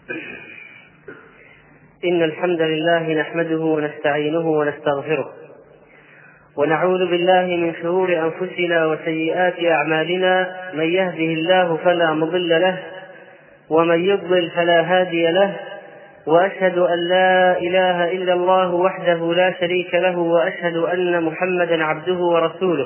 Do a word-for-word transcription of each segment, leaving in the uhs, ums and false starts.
إن الحمد لله نحمده ونستعينه ونستغفره، ونعوذ بالله من شرور أنفسنا وسيئات أعمالنا. من يهده الله فلا مضل له، ومن يضلل فلا هادي له، وأشهد أن لا إله إلا الله وحده لا شريك له، وأشهد أن محمدا عبده ورسوله.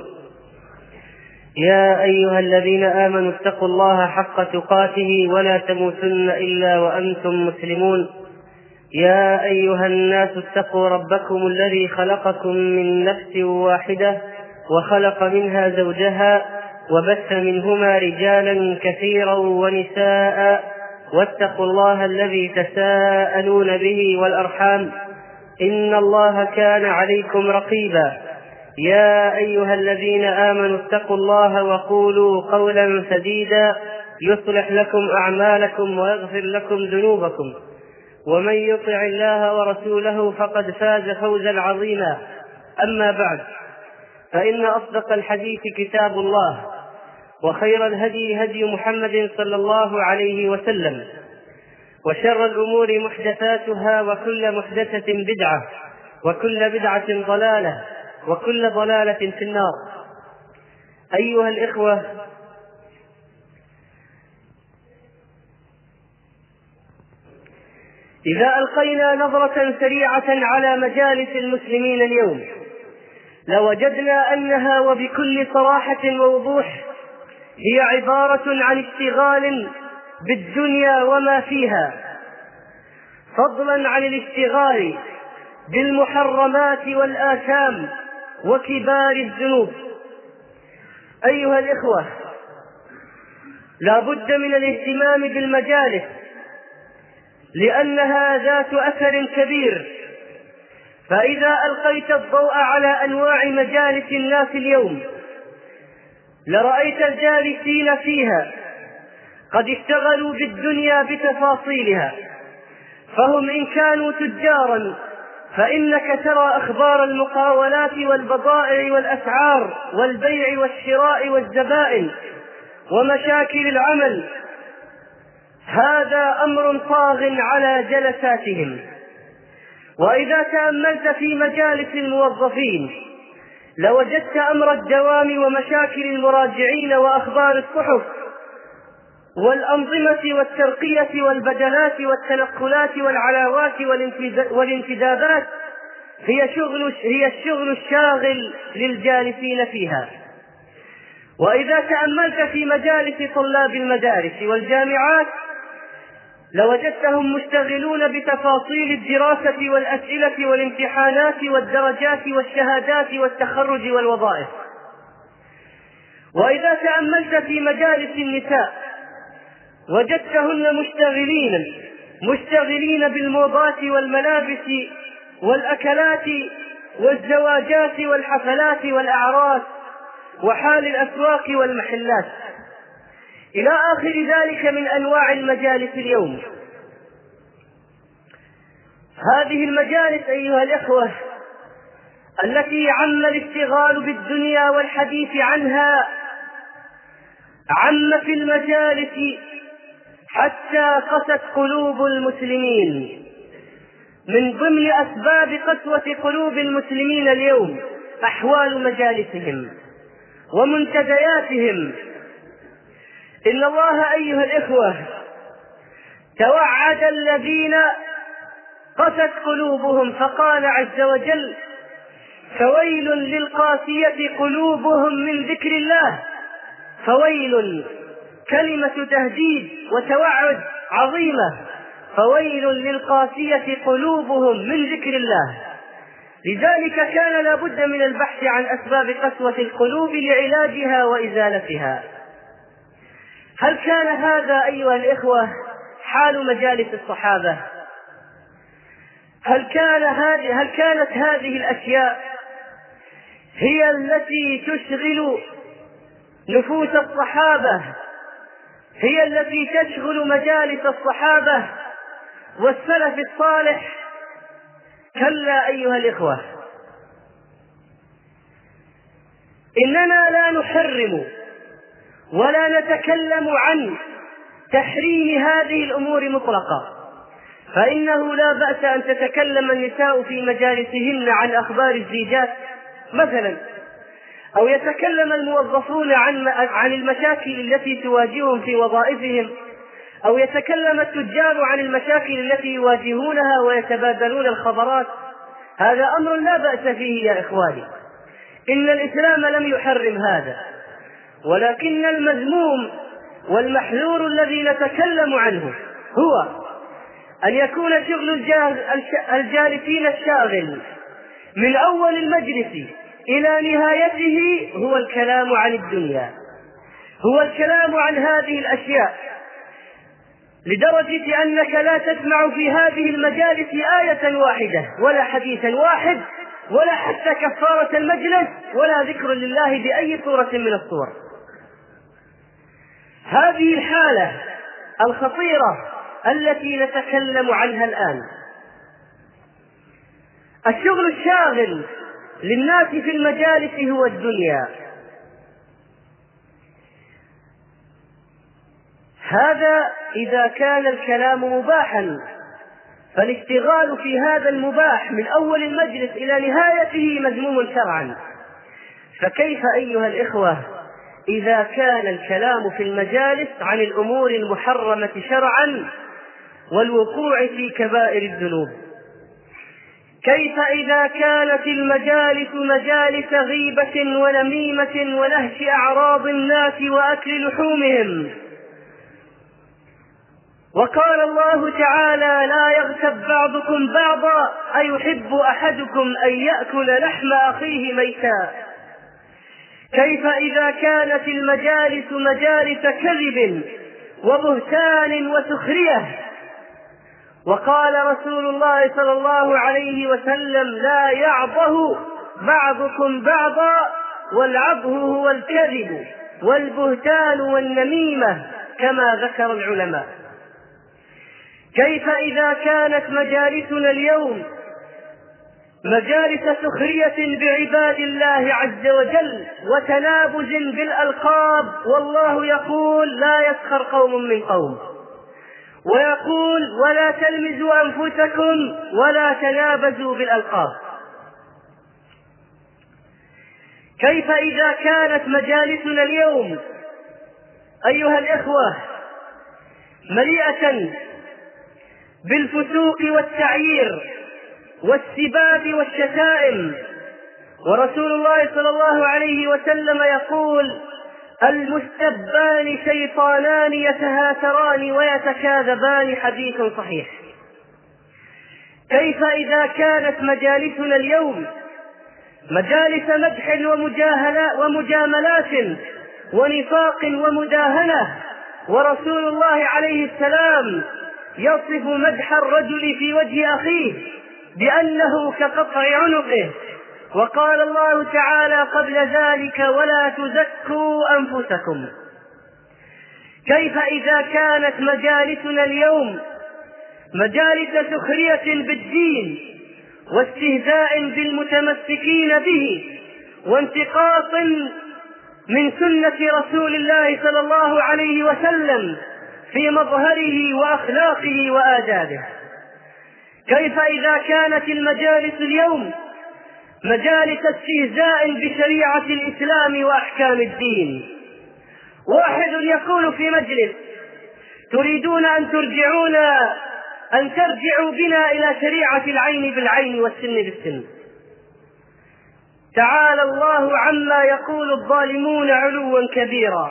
يا أيها الذين آمنوا اتقوا الله حق تقاته ولا تموتن إلا وأنتم مسلمون. يا أيها الناس اتقوا ربكم الذي خلقكم من نفس واحدة وخلق منها زوجها وبث منهما رجالا كثيرا ونساء، واتقوا الله الذي تساءلون به والأرحام، إن الله كان عليكم رقيبا. يا أيها الذين آمنوا اتقوا الله وقولوا قولا سديدا يصلح لكم أعمالكم ويغفر لكم ذنوبكم، ومن يطع الله ورسوله فقد فاز فوزا عظيما. أما بعد، فإن أصدق الحديث كتاب الله، وخير الهدي هدي محمد صلى الله عليه وسلم، وشر الأمور محدثاتها، وكل محدثة بدعة، وكل بدعة ضلالة، وكل ضلالة في النار. أيها الإخوة، إذا ألقينا نظرة سريعة على مجالس المسلمين اليوم لوجدنا أنها وبكل صراحة ووضوح هي عبارة عن اشتغال بالدنيا وما فيها، فضلا عن الاشتغال بالمحرمات والآثام وكبار الذنوب. أيها الإخوة، لا بد من الاهتمام بالمجالس، لأنها ذات أثر كبير. فإذا ألقيت الضوء على أنواع مجالس الناس اليوم لرأيت الجالسين فيها قد اشتغلوا بالدنيا بتفاصيلها، فهم إن كانوا تجارا فإنك ترى أخبار المقاولات والبضائع والأسعار والبيع والشراء والزبائن ومشاكل العمل. هذا أمر طاغ على جلساتهم. وإذا تأملت في مجالس الموظفين لوجدت أمر الدوام ومشاكل المراجعين وأخبار الصحف والأنظمة والترقية والبدلات والتنقلات والعلاوات والانتدابات هي شغل هي الشغل الشاغل للجالسين فيها. وإذا تأملت في مجالس طلاب المدارس والجامعات لوجدتهم مشتغلون بتفاصيل الدراسة والأسئلة والامتحانات والدرجات والشهادات والتخرج والوظائف. وإذا تأملت في مجالس النساء وجدتهن مشتغلين مشتغلين بالموضات والملابس والأكلات والزواجات والحفلات والأعراس وحال الأسواق والمحلات إلى آخر ذلك من أنواع المجالس اليوم. هذه المجالس أيها الإخوة التي عم الاشتغال بالدنيا والحديث عنها عم في المجالس حتى قست قلوب المسلمين. من ضمن أسباب قسوة قلوب المسلمين اليوم أحوال مجالسهم ومنتدياتهم. إن الله أيها الإخوة توعد الذين قست قلوبهم فقال عز وجل: فويل للقاسية قلوبهم من ذكر الله. فويل كلمة تهديد وتوعد عظيمة، فويل للقاسية قلوبهم من ذكر الله. لذلك كان لا بد من البحث عن أسباب قسوة القلوب لعلاجها وإزالتها. هل كان هذا أيها الإخوة حال مجالس الصحابة؟ هل كان هذه هل كانت هذه الأشياء هي التي تشغل نفوس الصحابة، هي التي تشغل مجالس الصحابة والسلف الصالح؟ كلا أيها الإخوة، إننا لا نحرم ولا نتكلم عن تحريم هذه الأمور مطلقا، فإنه لا بأس أن تتكلم النساء في مجالسهن عن أخبار الزيجات مثلا، أو يتكلم الموظفون عن عن المشاكل التي تواجههم في وظائفهم، أو يتكلم التجار عن المشاكل التي يواجهونها ويتبادلون الخبرات. هذا أمر لا بأس فيه يا إخواني، إن الإسلام لم يحرم هذا، ولكن المذموم والمحذور الذي نتكلم عنه هو أن يكون شغل الجالسين الشاغل من أول المجلس إلى نهايته هو الكلام عن الدنيا، هو الكلام عن هذه الأشياء، لدرجة أنك لا تسمع في هذه المجالس آية واحدة ولا حديثا واحد ولا حتى كفارة المجلس ولا ذكر لله بأي صورة من الصور. هذه الحالة الخطيرة التي نتكلم عنها الآن. الشغل الشاغل للناس في المجالس هو الدنيا. هذا إذا كان الكلام مباحا، فالاشتغال في هذا المباح من أول المجلس إلى نهايته مذموم شرعا. فكيف أيها الإخوة إذا كان الكلام في المجالس عن الأمور المحرمة شرعا والوقوع في كبائر الذنوب؟ كيف إذا كانت المجالس مجالس غيبة ونميمة ونهش أعراض الناس وأكل لحومهم؟ وقال الله تعالى: لا يغتب بعضكم بعضا أيحب أحدكم أن يأكل لحم أخيه ميتا. كيف إذا كانت المجالس مجالس كذب وبهتان وسخرية؟ وقال رسول الله صلى الله عليه وسلم: لا يعضه بعضكم بعضا، والعضه هو الكذب والبهتان والنميمة كما ذكر العلماء. كيف إذا كانت مجالسنا اليوم مجالس سخرية بعباد الله عز وجل وتنابز بالألقاب، والله يقول: لا يسخر قوم من قوم، ويقول: ولا تلمزوا أنفسكم ولا تنابزوا بالألقاب. كيف إذا كانت مجالسنا اليوم أيها الإخوة مليئة بالفسوق والتعيير والسباب والشتائم، ورسول الله صلى الله عليه وسلم يقول: المستبان شيطانان يتهاتران ويتكاذبان، حديث صحيح. كيف إذا كانت مجالسنا اليوم مجالس مدح ومجاملات ونفاق ومداهنة، ورسول الله عليه السلام يصف مدح الرجل في وجه أخيه بأنه كقطع عنقه، وقال الله تعالى قبل ذلك: ولا تزكوا أنفسكم. كيف إذا كانت مجالسنا اليوم مجالس سخرية بالدين واستهزاء بالمتمسكين به وانتقاص من سنة رسول الله صلى الله عليه وسلم في مظهره وأخلاقه وآدابه؟ كيف إذا كانت المجالس اليوم مجالس استهزاء بشريعة الإسلام وأحكام الدين؟ واحد يقول في مجلس: تريدون أن ترجعونا أن ترجعوا بنا إلى شريعة العين بالعين والسن بالسن. تعالى الله عما يقول الظالمون علوا كبيرا.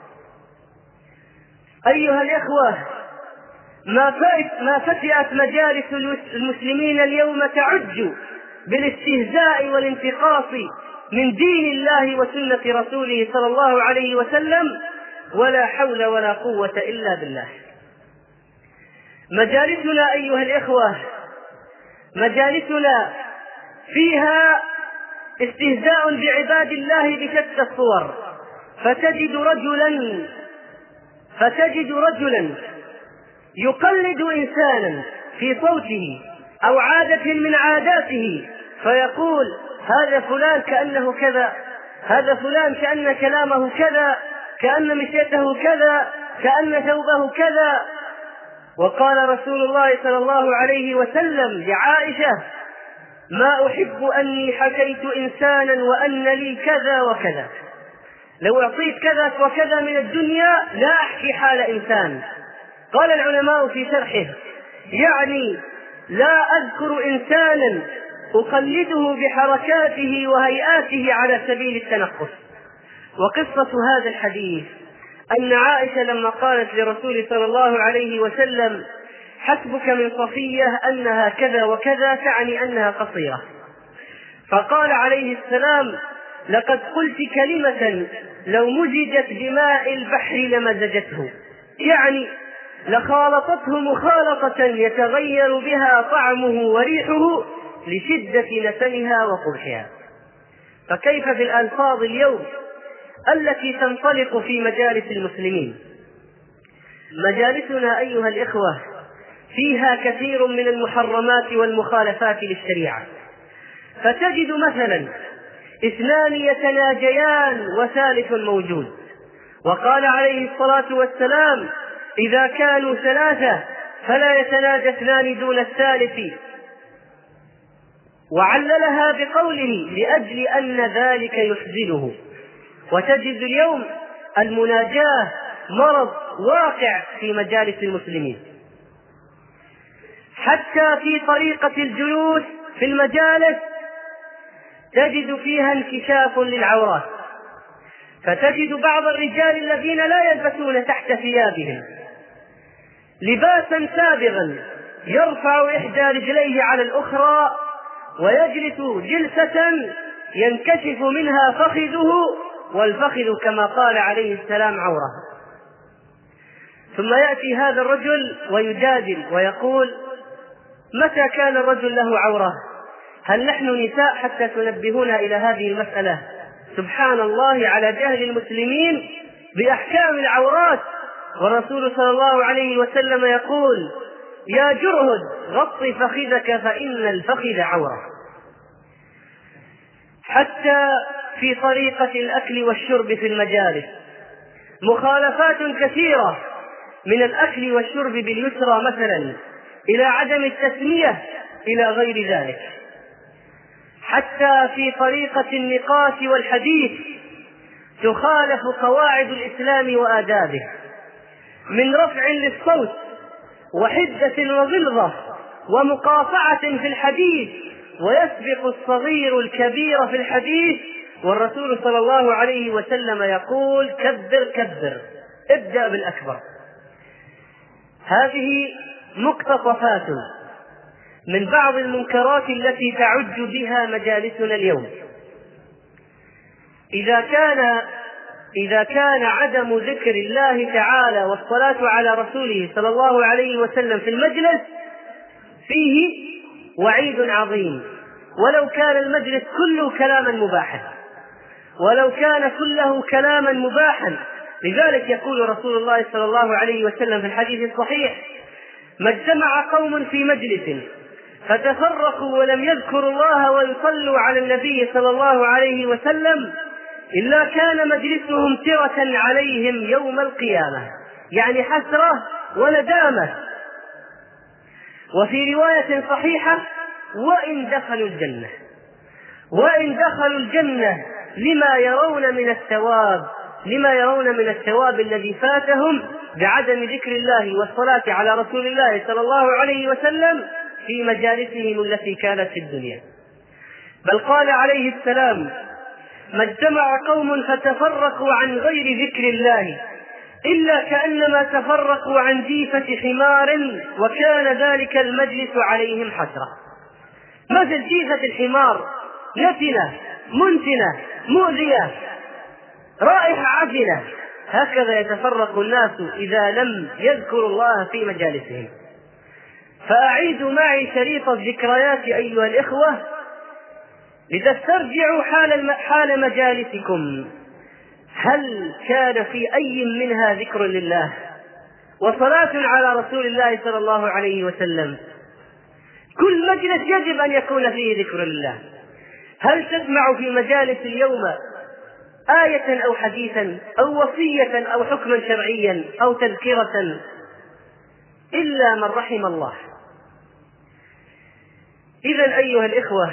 أيها الإخوة، ما فتئت مجالس المسلمين اليوم تعج بالاستهزاء والانتقاص من دين الله وسنة رسوله صلى الله عليه وسلم، ولا حول ولا قوة إلا بالله. مجالسنا أيها الإخوة مجالسنا فيها استهزاء بعباد الله بشتى الصور، فتجد رجلا فتجد رجلا يقلد إنسانا في صوته أو عادة من عاداته، فيقول: هذا فلان كأنه كذا، هذا فلان كأن كلامه كذا، كأن مشيته كذا، كأن ثوبه كذا. وقال رسول الله صلى الله عليه وسلم لعائشة: ما أحب أني حكيت إنسانا وأن لي كذا وكذا، لو أعطيت كذا وكذا من الدنيا لا أحكي حال إنسان. قال العلماء في شرحه: يعني لا أذكر إنسانا أقلده بحركاته وهيئاته على سبيل التنقص. وقصة هذا الحديث أن عائشة لما قالت لرسول صلى الله عليه وسلم: حسبك من صفية أنها كذا وكذا، تعني أنها قصيرة، فقال عليه السلام: لقد قلت كلمة لو مزجت بماء البحر لمزجته، يعني لخالطته مخالطة يتغير بها طعمه وريحه لشدة نتنها وقبحها. فكيف في الألفاظ اليوم التي تنطلق في مجالس المسلمين؟ مجالسنا أيها الإخوة فيها كثير من المحرمات والمخالفات للشريعة، فتجد مثلا اثنان يتناجيان وثالث موجود، وقال عليه الصلاة والسلام: إذا كانوا ثلاثة فلا يتناجى اثنان دون الثالث، وعللها بقوله لأجل أن ذلك يحزنه. وتجد اليوم المناجاة مرض واقع في مجالس المسلمين، حتى في طريقة الجلوس في المجالس تجد فيها انكشاف للعورات، فتجد بعض الرجال الذين لا يلبسون تحت ثيابهم لباسا سابغا يرفع إحدى رجليه على الأخرى ويجلس جلسة ينكشف منها فخذه، والفخذ كما قال عليه السلام عورة. ثم يأتي هذا الرجل ويجادل ويقول: متى كان الرجل له عورة؟ هل نحن نساء حتى تنبهونا إلى هذه المسألة؟ سبحان الله على جهل المسلمين بأحكام العورات. والرسول صلى الله عليه وسلم يقول: يا جرهد غط فخذك فإن الفخذ عورة. حتى في طريقة الأكل والشرب في المجالس مخالفات كثيرة، من الأكل والشرب باليسرى مثلا إلى عدم التسمية إلى غير ذلك. حتى في طريقة النقاش والحديث تخالف قواعد الإسلام وآدابه، من رفع للصوت وحدة وغلظة ومقاطعة في الحديث، ويسبق الصغير الكبير في الحديث، والرسول صلى الله عليه وسلم يقول: كبر كبر، ابدأ بالأكبر. هذه مقتطفات من بعض المنكرات التي تعج بها مجالسنا اليوم. إذا كان إذا كان عدم ذكر الله تعالى والصلاة على رسوله صلى الله عليه وسلم في المجلس فيه وعيد عظيم، ولو كان المجلس كله كلاما مباحا، ولو كان كله كلاما مباحا. لذلك يقول رسول الله صلى الله عليه وسلم في الحديث الصحيح: ما اجتمع قوم في مجلس فتفرقوا ولم يذكروا الله ويصلوا على النبي صلى الله عليه وسلم إلا كان مجلسهم ترة عليهم يوم القيامة، يعني حسرة وندامة. وفي رواية صحيحة: وإن دخلوا الجنة، وإن دخلوا الجنة لما يرون من الثواب لما يرون من الثواب الذي فاتهم بعدم ذكر الله والصلاة على رسول الله صلى الله عليه وسلم في مجالسهم التي كانت في الدنيا. بل قال عليه السلام: ما اجتمع قوم فتفرقوا عن غير ذكر الله إلا كأنما تفرقوا عن جيفة حمار وكان ذلك المجلس عليهم حسرة. مثل جيفة الحمار، نتنة منتنة مؤذية رائحة عفنة، هكذا يتفرق الناس إذا لم يذكروا الله في مجالسهم. فأعيدوا معي شريط الذكريات أيها الإخوة لتسترجعوا حال, حال مجالسكم. هل كان في أي منها ذكر لله وصلاة على رسول الله صلى الله عليه وسلم؟ كل مجلس يجب أن يكون فيه ذكر لله. هل تسمع في مجالس اليوم آية أو حديثا أو وصية أو حكما شرعيا أو تذكرة إلا من رحم الله. إذن أيها الإخوة،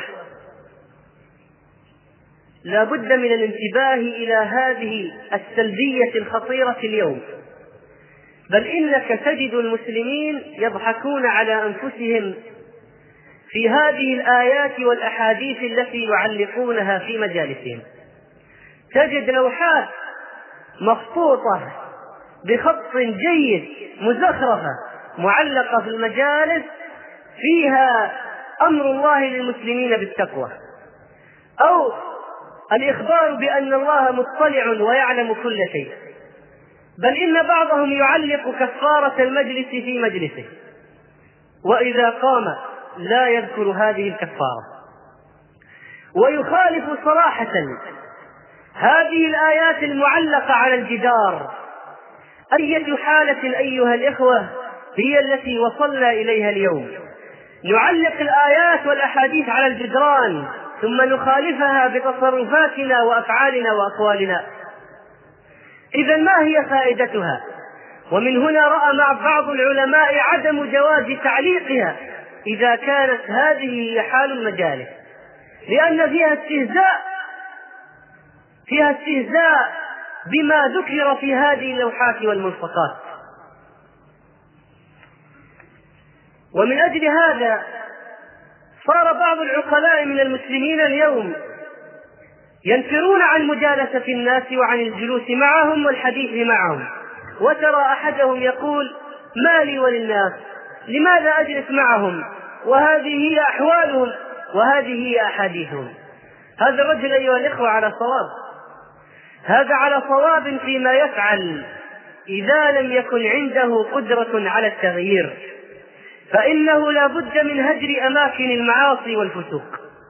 لا بد من الانتباه إلى هذه السلبية الخطيرة اليوم، بل إنك تجد المسلمين يضحكون على أنفسهم في هذه الآيات والأحاديث التي يعلقونها في مجالسهم. تجد لوحات مخطوطة بخط جيد مزخرفة معلقة في المجالس فيها أمر الله للمسلمين بالتقوى، أو الإخبار بأن الله مطلع ويعلم كل شيء، بل إن بعضهم يعلق كفارة المجلس في مجلسه، وإذا قام لا يذكر هذه الكفارة، ويخالف صراحة هذه الآيات المعلقة على الجدار. أية حالة أيها الإخوة هي التي وصلنا إليها اليوم؟ نعلق الآيات والأحاديث على الجدران ثم نخالفها بتصرفاتنا وأفعالنا وأقوالنا. إذن ما هي فائدتها؟ ومن هنا رأى مع بعض العلماء عدم جواز تعليقها إذا كانت هذه هي حال المجالس، لأن فيها استهزاء فيها استهزاء بما ذكر في هذه اللوحات والملصقات. ومن أجل هذا صار بعض العقلاء من المسلمين اليوم ينفرون عن مجالسة الناس وعن الجلوس معهم والحديث معهم، وترى أحدهم يقول: ما لي وللناس، لماذا أجلس معهم وهذه هي أحوالهم وهذه هي أحاديثهم. هذا الرجل أيها الإخوة على صواب، هذا على صواب فيما يفعل إذا لم يكن عنده قدرة على التغيير، فإنه لا بد من هجر أماكن المعاصي والفسوق،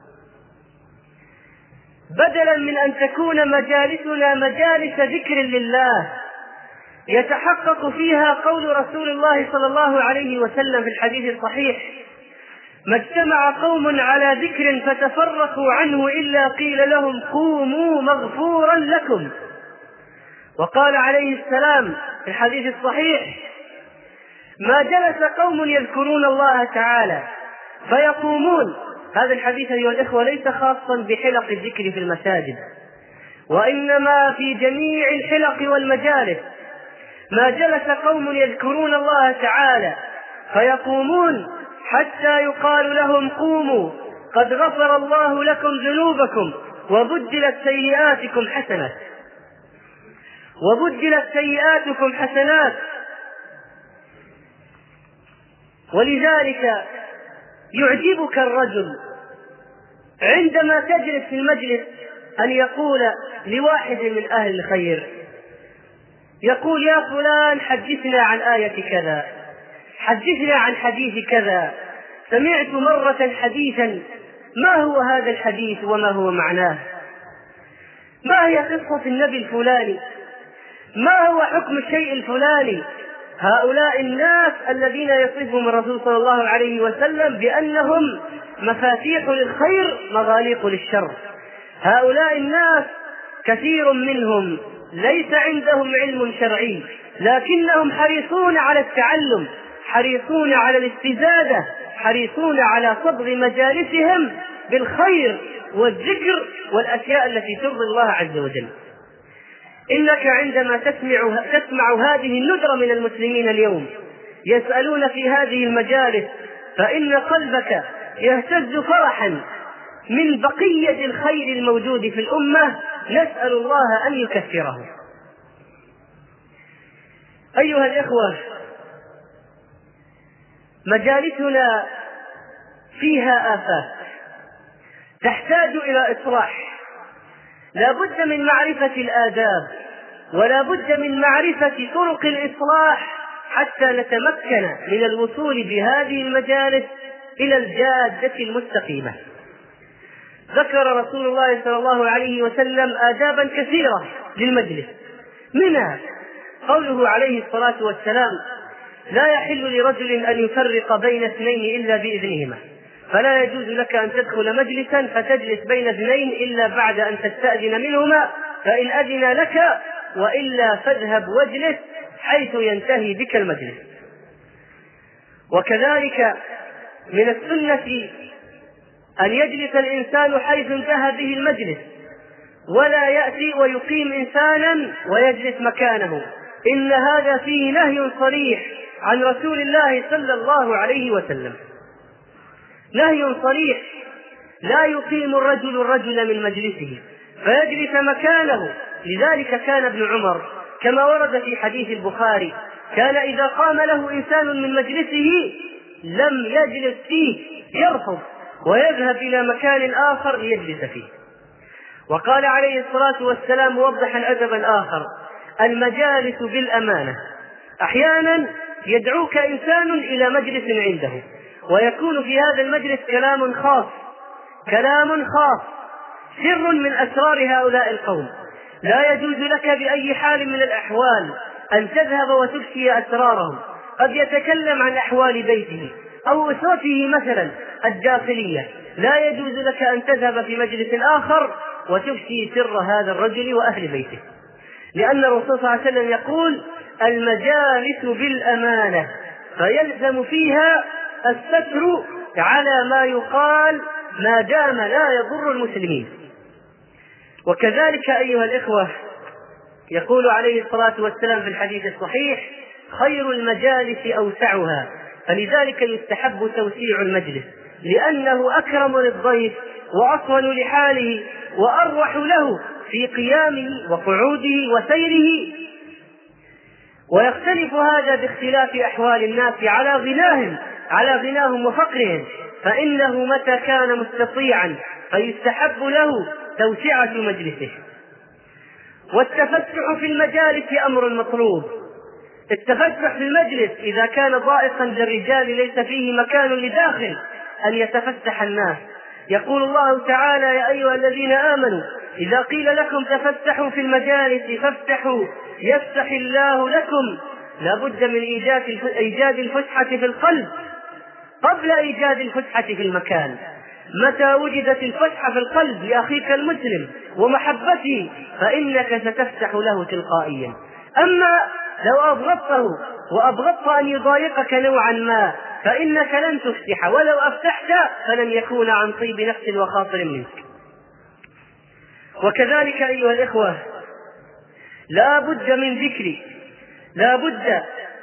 بدلا من أن تكون مجالسنا مجالس ذكر لله يتحقق فيها قول رسول الله صلى الله عليه وسلم في الحديث الصحيح: ما اجتمع قوم على ذكر فتفرقوا عنه إلا قيل لهم قوموا مغفورا لكم. وقال عليه السلام في الحديث الصحيح: ما جلس قوم يذكرون الله تعالى فيقومون. هذا الحديث أيها الإخوة ليس خاصا بحلق الذكر في المساجد، وإنما في جميع الحلق والمجالس. ما جلس قوم يذكرون الله تعالى فيقومون حتى يقال لهم قوموا قد غفر الله لكم ذنوبكم وبدلت سيئاتكم حسنات وبدلت سيئاتكم حسنات. ولذلك يعجبك الرجل عندما تجلس في المجلس أن يقول لواحد من أهل الخير، يقول: يا فلان حدثنا عن آية كذا، حدثنا عن حديث كذا، سمعت مرة حديثا، ما هو هذا الحديث وما هو معناه؟ ما هي قصة النبي الفلاني؟ ما هو حكم الشيء الفلاني؟ هؤلاء الناس الذين يصفهم الرسول صلى الله عليه وسلم بأنهم مفاتيح للخير مغاليق للشر. هؤلاء الناس كثير منهم ليس عندهم علم شرعي، لكنهم حريصون على التعلم، حريصون على الاستزادة، حريصون على صبغ مجالسهم بالخير والذكر والأشياء التي ترضي الله عز وجل. إنك عندما تسمع, تسمع هذه الندرة من المسلمين اليوم يسألون في هذه المجالس، فإن قلبك يهتز فرحا من بقية الخير الموجود في الأمة، نسأل الله أن يكثره. أيها الإخوة، مجالسنا فيها آفات تحتاج إلى إصلاح. لا بد من معرفة الآداب، ولا بد من معرفة طرق الإصلاح حتى نتمكن من الوصول بهذه المجالس إلى الجادة المستقيمة. ذكر رسول الله صلى الله عليه وسلم آدابا كثيرة للمجلس، منها قوله عليه الصلاة والسلام: لا يحل لرجل أن يفرق بين اثنين إلا بإذنهما، فلا يجوز لك أن تدخل مجلسا فتجلس بين اثنين إلا بعد أن تستأذن منهما، فإن أذن لك وإلا فاذهب واجلس حيث ينتهي بك المجلس. وكذلك من السنة أن يجلس الإنسان حيث انتهى به المجلس، ولا يأتي ويقيم إنسانا ويجلس مكانه، إن هذا فيه نهي صريح عن رسول الله صلى الله عليه وسلم، نهي صريح، لا يقيم الرجل الرجل من مجلسه فيجلس مكانه. لذلك كان ابن عمر كما ورد في حديث البخاري كان إذا قام له إنسان من مجلسه لم يجلس فيه، يرفض ويذهب إلى مكان آخر ليجلس فيه. وقال عليه الصلاة والسلام موضحا أدبا آخر: المجالس بالأمانة. أحيانا يدعوك إنسان إلى مجلس عنده ويكون في هذا المجلس كلام خاص، كلام خاص سر من أسرار هؤلاء القوم، لا يجوز لك بأي حال من الأحوال أن تذهب وتفشي أسرارهم. قد يتكلم عن أحوال بيته أو أسرته مثلا الداخلية، لا يجوز لك أن تذهب في مجلس آخر وتفشي سر هذا الرجل وأهل بيته، لأن الرسول صلى الله عليه وسلم يقول: المجالس بالأمانة، فيلزم فيها الستر على ما يقال ما دام لا يضر المسلمين. وكذلك أيها الإخوة يقول عليه الصلاة والسلام في الحديث الصحيح: خير المجالس أوسعها، فلذلك يستحب توسيع المجلس، لأنه أكرم للضيف وأصون لحاله وأروح له في قيامه وقعوده وسيره. ويختلف هذا باختلاف أحوال الناس على غناهم على غناهم وفقرهم، فإنه متى كان مستطيعا فيستحب له توسعة مجلسه. والتفسح في المجالس أمر مطلوب. التفسح في المجلس إذا كان ضائقا للرجال ليس فيه مكان لداخل أن يتفسح الناس. يقول الله تعالى: يا أيها الذين آمنوا إذا قيل لكم تفسحوا في المجالس فافسحوا يفسح الله لكم. لا بد من إيجاد الفسحة في القلب قبل إيجاد الفسحة في المكان. متى وجدت الفسحة في القلب لأخيك المسلم ومحبته فإنك ستفسح له تلقائيا. أما لو أبغضته وأبغضت أن يضايقك نوعا ما فإنك لن تفسح، ولو أفتحت فلن يكون عن طيب نفس وخاطر منك. وكذلك أيها الإخوة لا بد من ذكر لا بد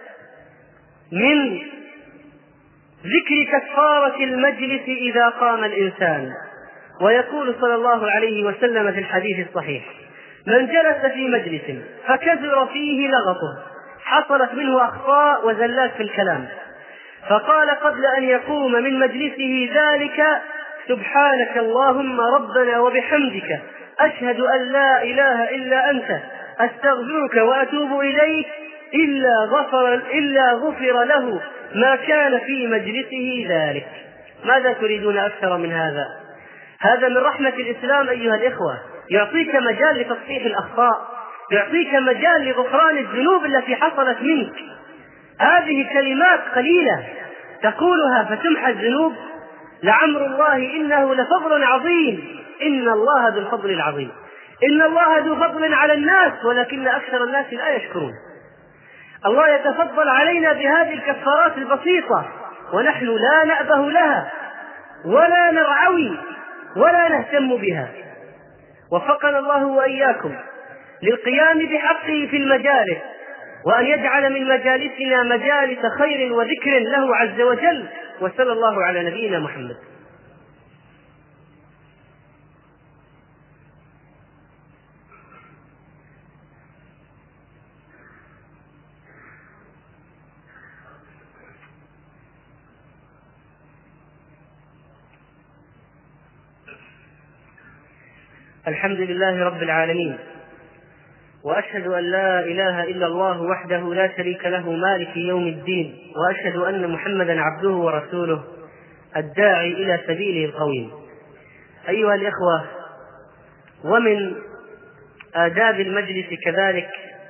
من ذكر كفارة المجلس إذا قام الإنسان. ويقول صلى الله عليه وسلم في الحديث الصحيح: من جلس في مجلس فكثر فيه لغطه، حصلت منه أخطاء وزلات في الكلام، فقال قبل أن يقوم من مجلسه ذلك: سبحانك اللهم ربنا وبحمدك أشهد أن لا إله إلا أنت أستغفرك وأتوب إليك، إلا غفر, إلا غفر له ما كان في مجلسه ذلك. ماذا تريدون أكثر من هذا؟ هذا من رحمة الإسلام أيها الإخوة، يعطيك مجال لتصحيح الأخطاء، يعطيك مجال لغفران الذنوب التي حصلت منك. هذه كلمات قليلة تقولها فتمحى الذنوب. لعمر الله إنه لفضل عظيم، إن الله ذو الفضل العظيم. إن الله ذو فضل على الناس ولكن أكثر الناس لا يشكرون. الله يتفضل علينا بهذه الكفارات البسيطة ونحن لا نأبه لها ولا نرعوي ولا نهتم بها. وفقنا الله وإياكم للقيام بحقه في المجالس، وأن يجعل من مجالسنا مجالس خير وذكر له عز وجل. وصلى الله على نبينا محمد. الحمد لله رب العالمين، وأشهد أن لا إله إلا الله وحده لا شريك له مالك يوم الدين، وأشهد أن محمدا عبده ورسوله الداعي إلى سبيله القويم. أيها الإخوة، ومن آداب المجلس كذلك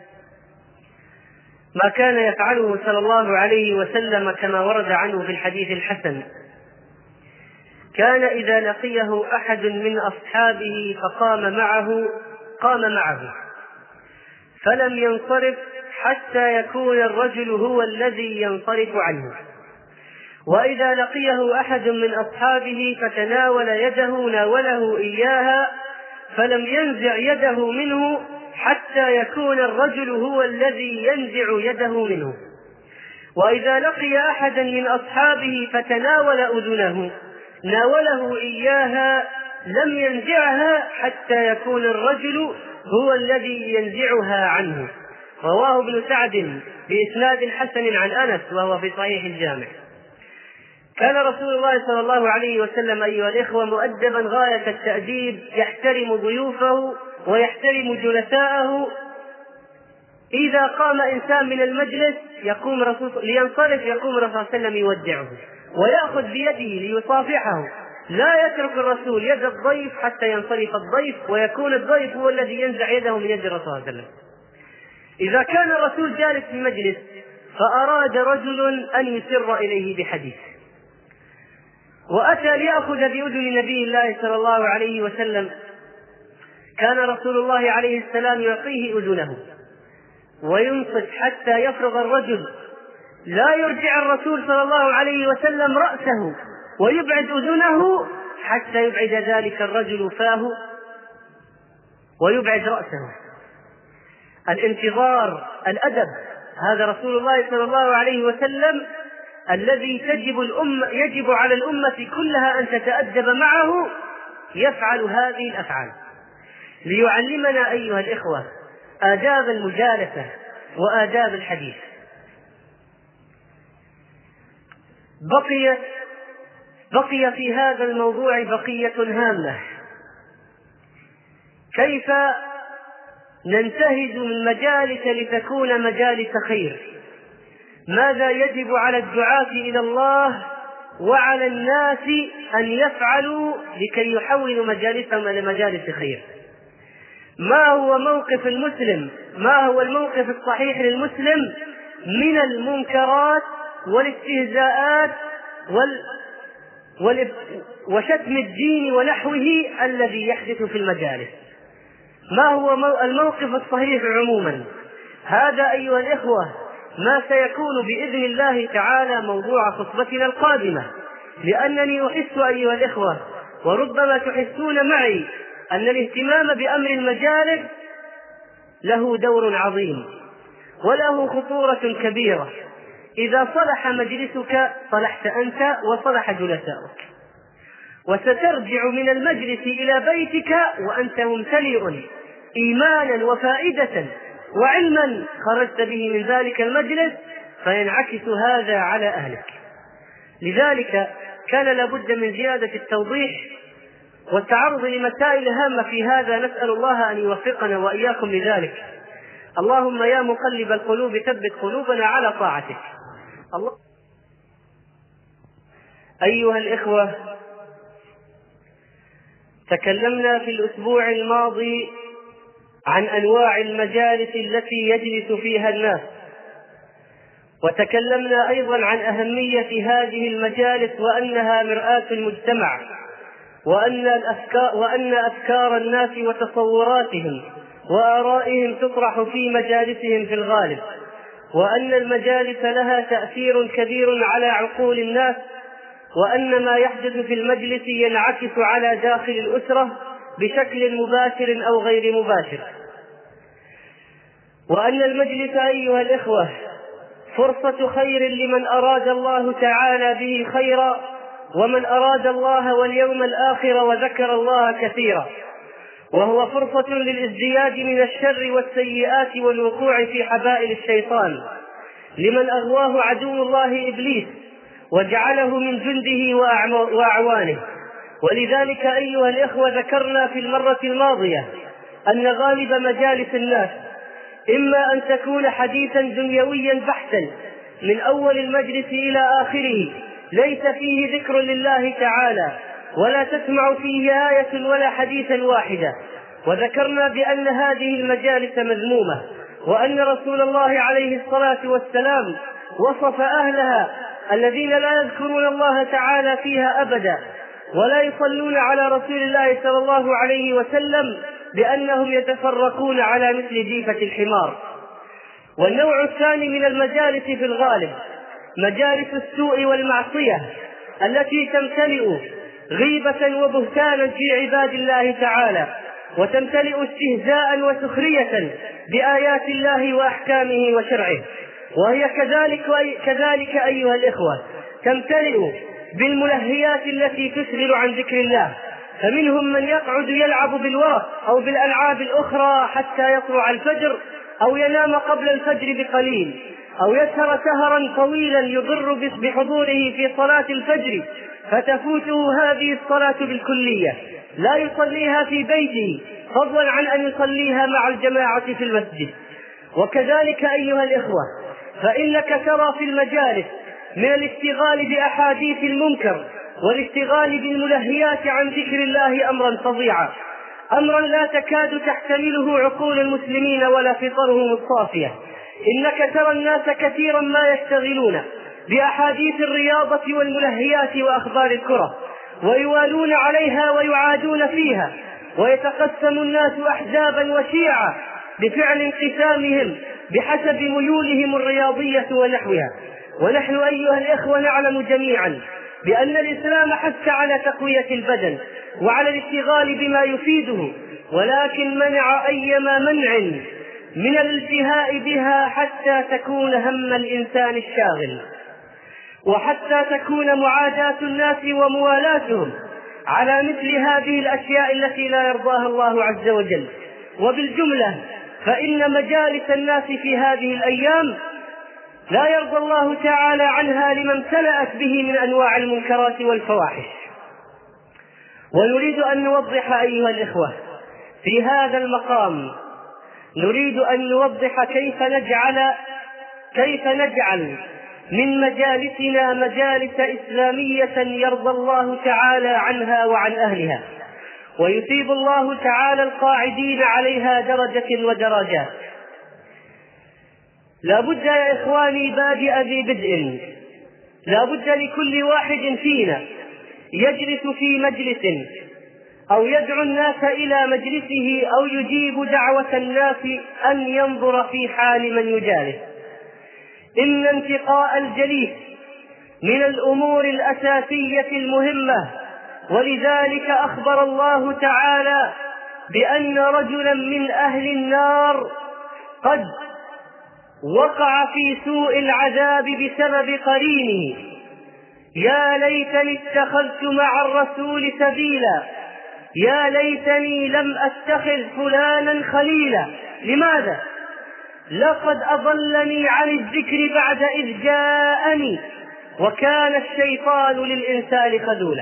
ما كان يفعله صلى الله عليه وسلم كما ورد عنه في الحديث الحسن: كان إذا لقيه أحد من أصحابه فقام معه قام معه فلم ينصرف حتى يكون الرجل هو الذي ينصرف عنه، وإذا لقيه أحد من أصحابه فتناول يده ناوله إياها فلم ينزع يده منه حتى يكون الرجل هو الذي ينزع يده منه. وإذا لقي أحدا من أصحابه فتناول أذنه ناوله إياها لم ينزعها حتى يكون الرجل هو الذي ينزعها عنه. رواه ابن سعد بإسناد حسن عن أنس وهو في صحيح الجامع. كان رسول الله صلى الله عليه وسلم أيها الإخوة مؤدبا غاية التأديب، يحترم ضيوفه ويحترم جلساءه. إذا قام إنسان من المجلس يقوم رسول لينصرف يقوم الرسول صلى الله عليه وسلم يودعه ويأخذ بيده ليصافحه، لا يترك الرسول يد الضيف حتى ينصرف الضيف ويكون الضيف هو الذي ينزع يده من يد الرسول صلى الله عليه وسلم. إذا كان الرسول جالس في مجلس فأراد رجل أن يسر إليه بحديث وأتى ليأخذ بأذن نبي الله صلى الله عليه وسلم، كان رسول الله عليه السلام يعطيه أذنه وينصت حتى يفرغ الرجل، لا يرجع الرسول صلى الله عليه وسلم رأسه ويبعد أذنه حتى يبعد ذلك الرجل فاه ويبعد رأسه. الانتظار، الأدب، هذا رسول الله صلى الله عليه وسلم الذي تجب, الأمة يجب على الأمة كلها أن تتأدب معه، يفعل هذه الأفعال ليعلمنا أيها الإخوة آداب المجالسة وآداب الحديث. بقي بقي في هذا الموضوع بقية هامة: كيف ننتهز من مجالس لتكون مجالس خير؟ ماذا يجب على الدعاة إلى الله وعلى الناس أن يفعلوا لكي يحولوا مجالسهم إلى مجالس خير؟ ما هو موقف المسلم؟ ما هو الموقف الصحيح للمسلم من المنكرات والاستهزاءات وال... وال... وشتم الدين ونحوه الذي يحدث في المجالس؟ ما هو مو... الموقف الصحيح عموما؟ هذا أيها الإخوة ما سيكون بإذن الله تعالى موضوع خطبتنا القادمة، لأنني أحس أيها الإخوة وربما تحسون معي أن الاهتمام بأمر المجالس له دور عظيم وله خطورة كبيرة. إذا صلح مجلسك صلحت أنت وصلح جلساؤك، وسترجع من المجلس إلى بيتك وأنت ممتلئ إيمانا وفائدة وعلما خرجت به من ذلك المجلس، فينعكس هذا على أهلك. لذلك كان لابد من زيادة التوضيح والتعرض لمسائل هامة في هذا، نسأل الله أن يوفقنا وإياكم لذلك. اللهم يا مقلب القلوب ثبت قلوبنا على طاعتك. الله. أيها الإخوة، تكلمنا في الأسبوع الماضي عن أنواع المجالس التي يجلس فيها الناس، وتكلمنا أيضا عن أهمية هذه المجالس وأنها مرآة المجتمع، وأن الأفكار, وأن أفكار الناس وتصوراتهم وآرائهم تطرح في مجالسهم في الغالب، وأن المجالس لها تأثير كبير على عقول الناس، وأن ما يحدث في المجلس ينعكس على داخل الأسرة بشكل مباشر أو غير مباشر، وأن المجلس أيها الإخوة فرصة خير لمن أراد الله تعالى به خيرا، ومن أراد الله واليوم الآخر وذكر الله كثيرا، وهو فرصة للازدياد من الشر والسيئات والوقوع في حبائل الشيطان لمن أغواه عدو الله إبليس وجعله من جنده وأعوانه. ولذلك أيها الإخوة ذكرنا في المرة الماضية أن غالب مجالس الناس إما أن تكون حديثا دنيويا بحتا من أول المجلس إلى آخره، ليس فيه ذكر لله تعالى ولا تسمع فيه آية ولا حديثا واحدا. وذكرنا بأن هذه المجالس مذمومة، وأن رسول الله عليه الصلاة والسلام وصف أهلها الذين لا يذكرون الله تعالى فيها أبدا ولا يصلون على رسول الله صلى الله عليه وسلم بأنهم يتفرقون على مثل جيفة الحمار. والنوع الثاني من المجالس في الغالب مجالس السوء والمعصية التي تمتلئ غيبة وبهتانا في عباد الله تعالى، وتمتلئ استهزاء وسخرية بآيات الله وأحكامه وشرعه. وهي كذلك, كذلك أيها الإخوة تمتلئ بالملهيات التي تشغل عن ذكر الله، فمنهم من يقعد يلعب بالورق أو بالألعاب الأخرى حتى يطلع الفجر، أو ينام قبل الفجر بقليل، أو يسهر سهرا طويلا يضر بحضوره في صلاة الفجر فتفوته هذه الصلاة بالكلية، لا يصليها في بيته فضلا عن أن يصليها مع الجماعة في المسجد. وكذلك أيها الإخوة فإنك ترى في المجالس من الاشتغال بأحاديث المنكر والاشتغال بالملهيات عن ذكر الله أمرا فظيعا، أمرا لا تكاد تحتمله عقول المسلمين ولا فطرهم الصافية. إنك ترى الناس كثيرا ما يشتغلون بأحاديث الرياضة والملهيات وأخبار الكرة، ويوالون عليها ويعادون فيها، ويتقسم الناس أحزابا وشيعا بفعل انقسامهم بحسب ميولهم الرياضية ونحوها. ونحن أيها الإخوة نعلم جميعا بأن الإسلام حث على تقوية البدن وعلى الاشتغال بما يفيده، ولكن منع أيما منع من الالتهاء بها حتى تكون هم الإنسان الشاغل، وحتى تكون معاداة الناس وموالاتهم على مثل هذه الأشياء التي لا يرضاها الله عز وجل. وبالجملة فإن مجالس الناس في هذه الأيام لا يرضى الله تعالى عنها لما امتلأت به من أنواع المنكرات والفواحش. ونريد أن نوضح أيها الإخوة في هذا المقام، نريد أن نوضح كيف نجعل كيف نجعل من مجالسنا مجالس إسلامية يرضى الله تعالى عنها وعن أهلها، ويثيب الله تعالى القاعدين عليها درجة ودرجات. لا بد يا إخواني بادئ ذي بدء، لا بد لكل واحد فينا يجلس في مجلس أو يدعو الناس إلى مجلسه أو يجيب دعوة الناس أن ينظر في حال من يجالس. إن انتقاء الجليس من الأمور الأساسية المهمة، ولذلك أخبر الله تعالى بأن رجلا من أهل النار قد وقع في سوء العذاب بسبب قرينه. يا ليتني اتخذت مع الرسول سبيلا، يا ليتني لم أتخذ فلانا خليلا. لماذا؟ لقد أضلني عن الذكر بعد إذ جاءني وكان الشيطان للإنسان خذولا.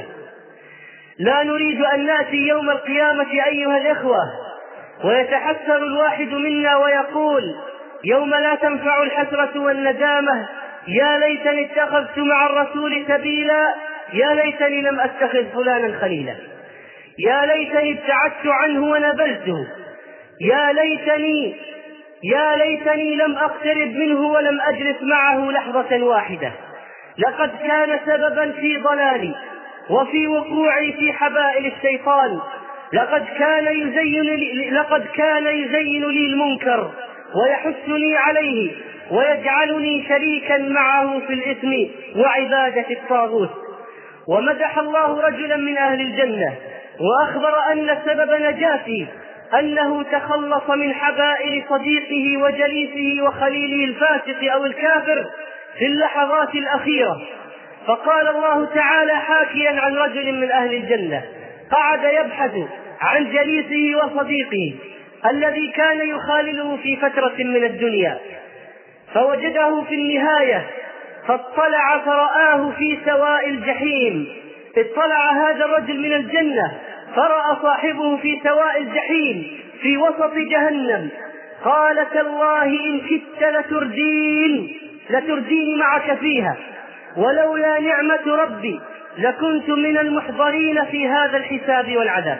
لا نريد أن نأتي يوم القيامة أيها الإخوة ويتحسر الواحد منا ويقول يوم لا تنفع الحسرة والندامة يا ليتني اتخذت مع الرسول سبيلا، يا ليتني لم أتخذ فلانا خليلا، يا ليتني ابتعدت عنه ونبذته، يا ليتني يا ليتني لم أقترب منه ولم أجلس معه لحظة واحدة. لقد كان سببا في ضلالي وفي وقوعي في حبائل الشيطان. لقد كان يزين لي, لقد كان يزين لي المنكر ويحثني عليه ويجعلني شريكا معه في الإثم وعبادة الطاغوت. ومدح الله رجلا من أهل الجنة وأخبر أن سبب نجاته أنه تخلص من حبائل صديقه وجليسه وخليله الفاسق أو الكافر في اللحظات الأخيرة. فقال الله تعالى حاكيا عن رجل من أهل الجنة قعد يبحث عن جليسه وصديقه الذي كان يخالله في فترة من الدنيا، فوجده في النهاية فاطلع فرآه في سواء الجحيم. اطلع هذا الرجل من الجنة فرأى صاحبه في سواء الجحيم في وسط جهنم. قال تالله إن كدت لتردين لتردين معك فيها، ولولا نعمة ربي لكنت من المحضرين في هذا الحساب والعذاب.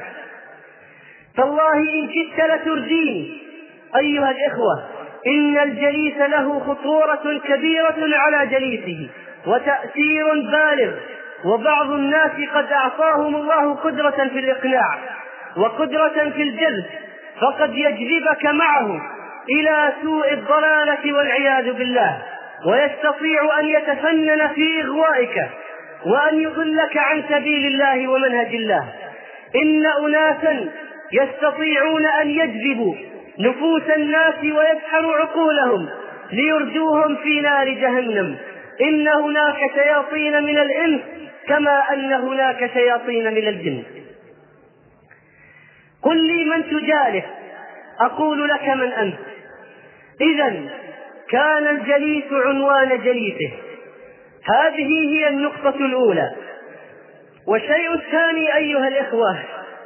تالله إن كدت لتردين. أيها الإخوة إن الجليس له خطورة كبيرة على جليسه وتأثير بالغ، وبعض الناس قد أعطاهم الله قدرة في الإقناع وقدرة في الجلب، فقد يجذبك معه إلى سوء الضلالة والعياذ بالله. ويستطيع أن يتفنن في إغوائك وأن يضلك عن سبيل الله ومنهج الله. إن أناسا يستطيعون أن يجذبوا نفوس الناس ويسحروا عقولهم ليرجوهم في نار جهنم. إن هناك شياطين من الإنس كما أن هناك شياطين من الجن. قل لي من تجالس أقول لك من أنت. إذن كان الجليس عنوان جليسه. هذه هي النقطة الأولى. والشيء الثاني أيها الإخوة،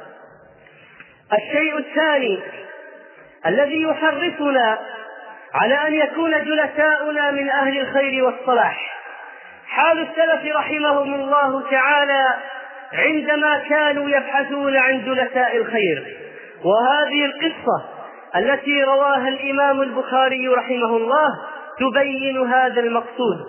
الشيء الثاني الذي يحرصنا على أن يكون جلساؤنا من أهل الخير والصلاح حال السلف رحمهم الله تعالى عندما كانوا يبحثون عن جلساء الخير. وهذه القصة التي رواها الإمام البخاري رحمه الله تبين هذا المقصود.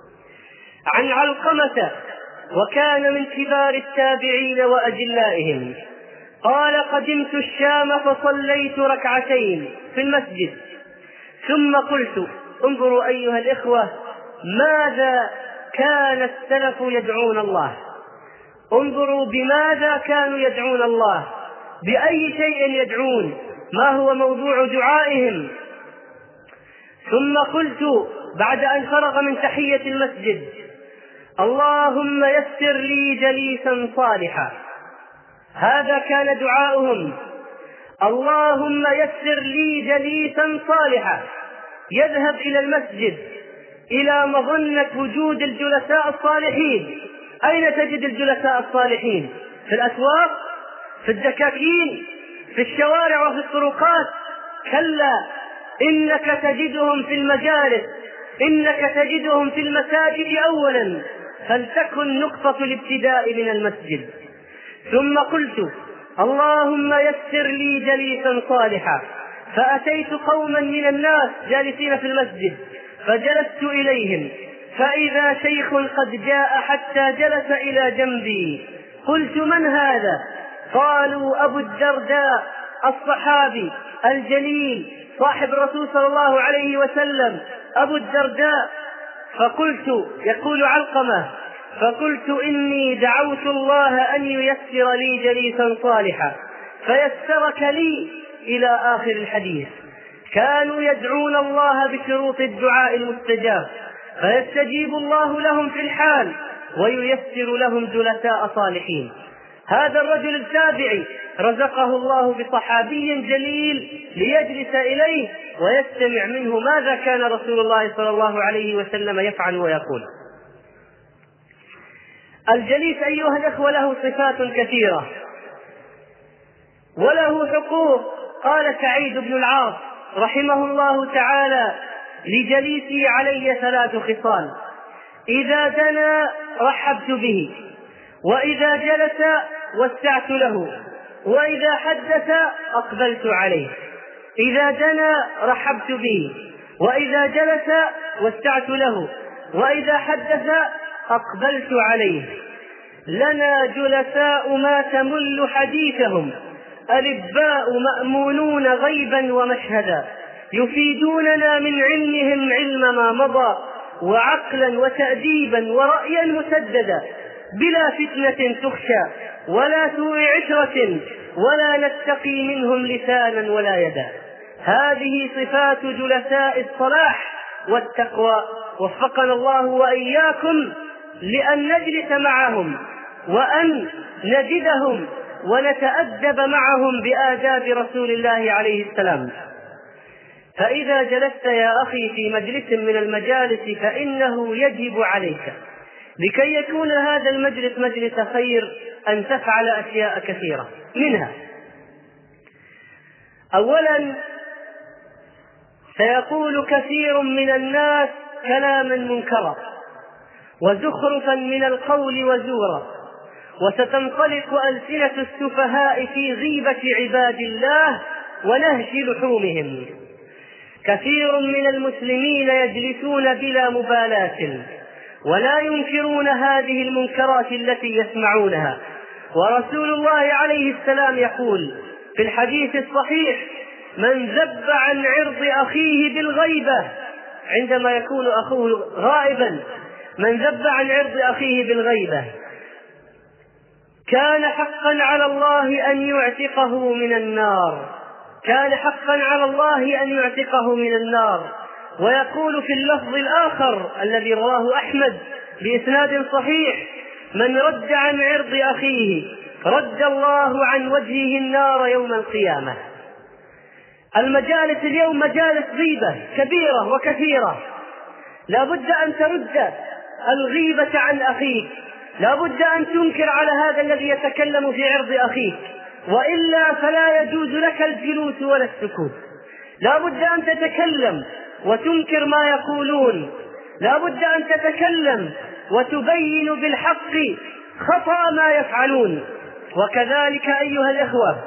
عن علقمة وكان من كبار التابعين وأجلائهم قال: قدمت الشام فصليت ركعتين في المسجد ثم قلت: انظروا أيها الإخوة ماذا كان السلف يدعون الله، انظروا بماذا كانوا يدعون الله، بأي شيء يدعون، ما هو موضوع دعائهم. ثم قلت بعد أن فرغ من تحية المسجد: اللهم يسر لي جليسا صالحا. هذا كان دعاؤهم: اللهم يسر لي جليسا صالحا. يذهب إلى المسجد إلى مظنة وجود الجلساء الصالحين. أين تجد الجلساء الصالحين؟ في الأسواق، في الدكاكين، في الشوارع وفي الطرقات؟ كلا، إنك تجدهم في المجالس، إنك تجدهم في المساجد أولا، فلتكن نقطة الابتداء من المسجد. ثم قلت: اللهم يسر لي جليسا صالحا. فأتيت قوما من الناس جالسين في المسجد فجلست إليهم فإذا شيخ قد جاء حتى جلس إلى جنبي. قلت: من هذا؟ قالوا: أبو الدرداء الصحابي الجليل صاحب الرسول صلى الله عليه وسلم، أبو الدرداء. فقلت، يقول علقمة: فقلت: إني دعوت الله أن ييسر لي جليسا صالحا فيسرك لي إلى آخر الحديث. كانوا يدعون الله بشروط الدعاء المستجاب فيستجيب الله لهم في الحال وييسر لهم جلساء صالحين. هذا الرجل التابعي رزقه الله بصحابي جليل ليجلس إليه ويستمع منه ماذا كان رسول الله صلى الله عليه وسلم يفعل ويقول. الجليس أيها الأخوة له صفات كثيرة وله حقوق. قال سعيد بن العاص رحمه الله تعالى: لجليسي علي ثلاث خصال: إذا دنا رحبت به، وإذا جلس وسعت له، وإذا حدث أقبلت عليه. إذا دنا رحبت به، وإذا جلس وسعت له، وإذا حدث أقبلت عليه. لنا جلساء ما تمل حديثهم، ألباء مأمونون غيبا ومشهدا، يفيدوننا من علمهم علم ما مضى، وعقلا وتأديبا ورأيا مسددا، بلا فتنة تخشى ولا سوء عشرة، ولا نتقي منهم لسانا ولا يدا. هذه صفات جلساء الصلاح والتقوى. وفقنا الله وإياكم لأن نجلس معهم وأن نجدهم ونتأدب معهم بآداب رسول الله عليه السلام. فإذا جلست يا أخي في مجلس من المجالس فإنه يجب عليك لكي يكون هذا المجلس مجلس خير أن تفعل أشياء كثيرة. منها: أولا، سيقول كثير من الناس كلاما منكرا وزخرفا من القول وزورا، وستنطلق ألسنة السفهاء في غيبة عباد الله ونهش لحومهم. كثير من المسلمين يجلسون بلا مبالاة ولا ينكرون هذه المنكرات التي يسمعونها. ورسول الله عليه السلام يقول في الحديث الصحيح: من ذب عن عرض أخيه بالغيبة عندما يكون أخوه غائبا، من ذب عن عرض أخيه بالغيبة كان حقا على الله أن يعتقه من النار، كان حقا على الله أن يعتقه من النار. ويقول في اللفظ الآخر الذي رواه أحمد بإسناد صحيح: من رد عن عرض أخيه رد الله عن وجهه النار يوم القيامة. المجالس اليوم مجالس غيبة كبيرة وكثيرة، لا بد أن ترد الغيبة عن أخيك، لا بد أن تنكر على هذا الذي يتكلم في عرض أخيك، وإلا فلا يجوز لك الجلوس ولا السكوت. لا بد أن تتكلم وتنكر ما يقولون، لا بد أن تتكلم وتبين بالحق خطأ ما يفعلون. وكذلك أيها الإخوة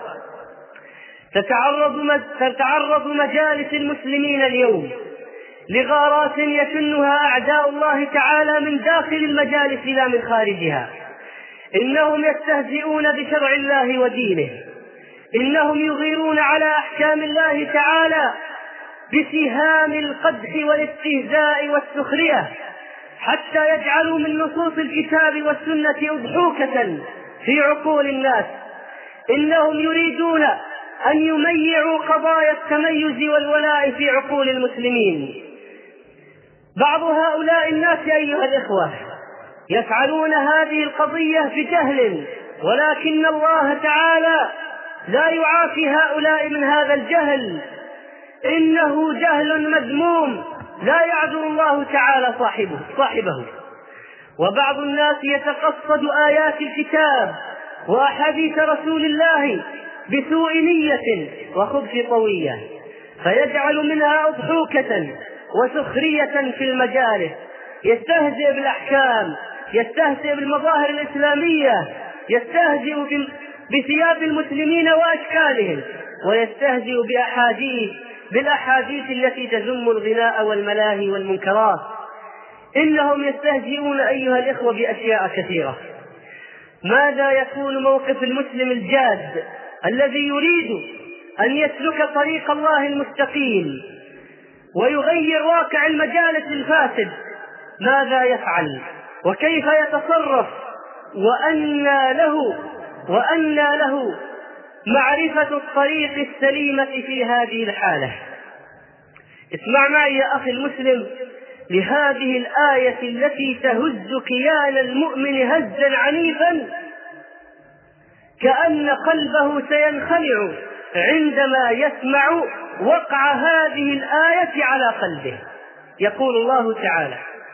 تتعرض تتعرض مجالس المسلمين اليوم لغارات يشنها أعداء الله تعالى من داخل المجالس لا من خارجها. إنهم يستهزئون بشرع الله ودينه، إنهم يغيرون على أحكام الله تعالى بسهام القدح والاستهزاء والسخرية، حتى يجعلوا من نصوص الكتاب والسنة أضحوكة في عقول الناس. إنهم يريدون أن يميعوا قضايا التميز والولاء في عقول المسلمين. بعض هؤلاء الناس أيها الإخوة يفعلون هذه القضية بجهل، ولكن الله تعالى لا يعافي هؤلاء من هذا الجهل، إنه جهل مذموم لا يعذر الله تعالى صاحبه, صاحبه. وبعض الناس يتقصد آيات الكتاب وأحاديث رسول الله بسوء نية وخبث طوية، فيجعل منها أضحوكة وسخرية في المجالس، يستهزئ بالأحكام، يستهزئ بالمظاهر الإسلامية، يستهزئ بثياب المسلمين وأشكالهم، ويستهزئ بأحاديث بالأحاديث التي تذم الغناء والملاهي والمنكرات. إنهم يستهزئون أيها الإخوة بأشياء كثيرة. ماذا يكون موقف المسلم الجاد الذي يريد أن يسلك طريق الله المستقيم ويغير واقع المجالس الفاسد؟ ماذا يفعل وكيف يتصرف وأنى له وأنى له معرفة الطريق السليمة في هذه الحالة؟ اسمع معي يا أخي المسلم لهذه الآية التي تهز كيان المؤمن هزا عنيفا كأن قلبه سينخلع عندما يسمع وقع هذه الآية على قلبه. يقول الله تعالى: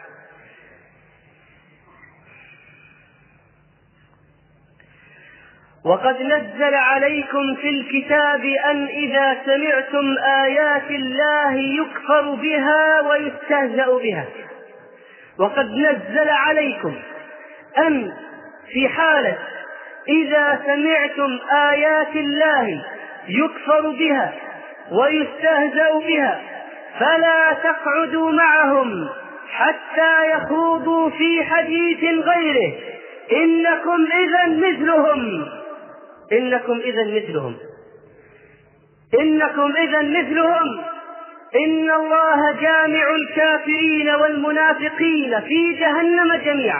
وقد نزل عليكم في الكتاب أن إذا سمعتم آيات الله يكفر بها ويستهزأ بها. وقد نزل عليكم أن في حالة إذا سمعتم آيات الله يكفر بها ويستهزأ بها فلا تقعدوا معهم حتى يخوضوا في حديث غيره إنكم إذا مثلهم إنكم إذا مثلهم إنكم إذا مثلهم إن الله جامع الكافرين والمنافقين في جهنم جميعا.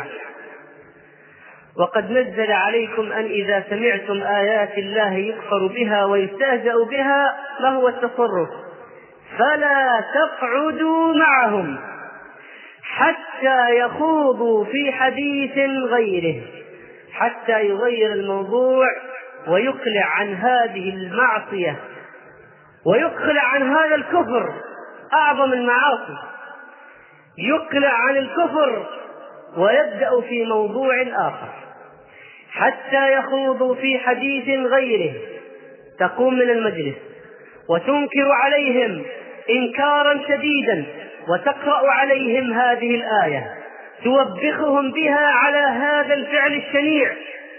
وقد نزل عليكم أن إذا سمعتم آيات الله يكفر بها ويستهزأ بها ما هو التصرف؟ فلا تقعدوا معهم حتى يخوضوا في حديث غيره، حتى يغير الموضوع ويقلع عن هذه المعصية ويقلع عن هذا الكفر أعظم المعاصي، يقلع عن الكفر ويبدأ في موضوع آخر، حتى يخوضوا في حديث غيره. تقوم من المجلس وتنكر عليهم إنكارا شديدا وتقرأ عليهم هذه الآية توبخهم بها على هذا الفعل الشنيع.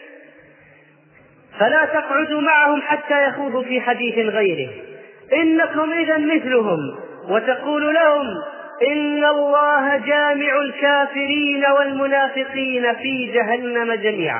فلا تقعدوا معهم حتى يخوضوا في حديث غيره إنكم إذا مثلهم، وتقول لهم إن الله جامع الكافرين والمنافقين في جهنم جميعا.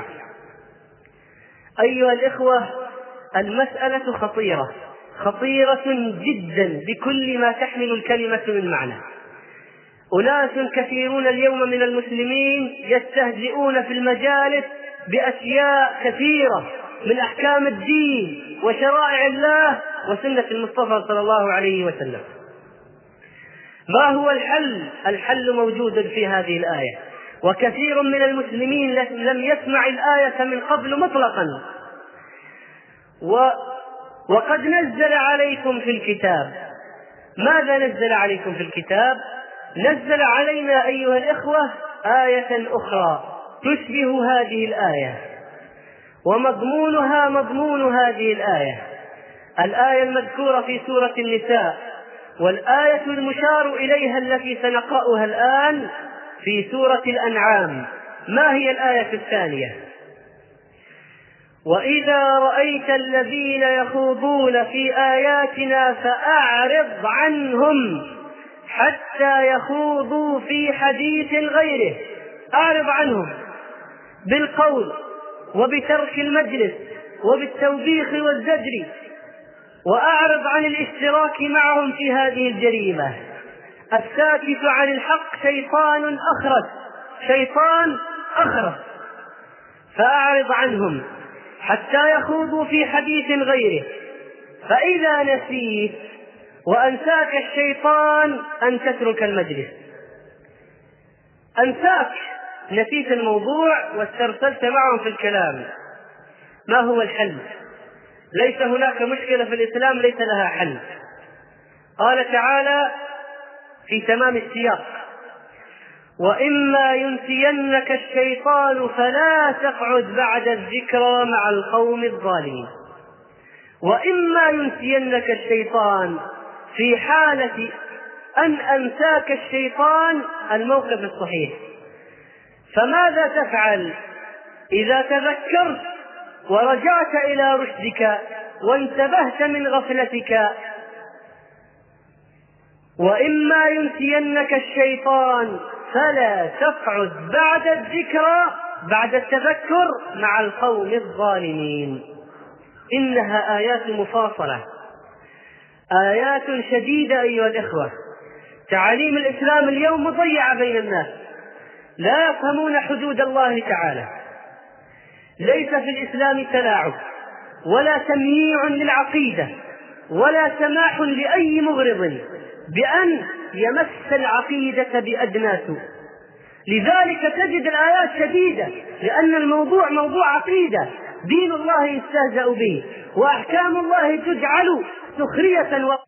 أيها الإخوة المسألة خطيرة خطيرة جدا بكل ما تحمل الكلمة من معنى. أناس كثيرون اليوم من المسلمين يستهزئون في المجالس بأشياء كثيرة من أحكام الدين وشرائع الله وسنة المصطفى صلى الله عليه وسلم. ما هو الحل؟ الحل موجود في هذه الآية، وكثير من المسلمين لم يسمع الآية من قبل مطلقا. و... وقد نزل عليكم في الكتاب. ماذا نزل عليكم في الكتاب؟ نزل علينا أيها الإخوة آية أخرى تشبه هذه الآية، ومضمونها مضمون هذه الآية، الآية المذكورة في سورة النساء، والآية المشار إليها التي سنقرأها الآن في سورة الأنعام. ما هي الآية الثانية؟ وإذا رأيت الذين يخوضون في آياتنا فأعرض عنهم حتى يخوضوا في حديث غيره. أعرض عنهم بالقول وبترك المجلس وبالتوبيخ والزجر، وأعرض عن الاشتراك معهم في هذه الجريمة. الساكت عن الحق شيطان أخرس، شيطان أخرس. فأعرض عنهم حتى يخوضوا في حديث غيره، فإذا نسيت وأنساك الشيطان أن تترك المجلس، أنساك، نسيت الموضوع واسترسلت معهم في الكلام. ما هو الحل؟ ليس هناك مشكلة في الإسلام ليس لها حل. قال تعالى في تمام السياق: وإما ينسينك الشيطان فلا تقعد بعد الذكرى مع القوم الظالمين. وإما ينسينك الشيطان في حالة أن أنساك الشيطان الموقف الصحيح. فماذا تفعل إذا تذكرت ورجعت إلى رشدك وانتبهت من غفلتك؟ وإما ينسينك الشيطان فلا تقعد بعد الذكرى، بعد التذكر، مع القوم الظالمين. إنها آيات مفاصلة، آيات شديدة أيها الإخوة. تعاليم الإسلام اليوم مضيعة بين الناس، لا يفهمون حدود الله تعالى. ليس في الإسلام تلاعب ولا تمييع للعقيدة ولا سماح لأي مغرض بأن يمس العقيدة بأدنى سوء. لذلك تجد الآيات شديدة، لأن الموضوع موضوع عقيدة، دين الله يستهزأ به، وأحكام الله تجعل سخرية و...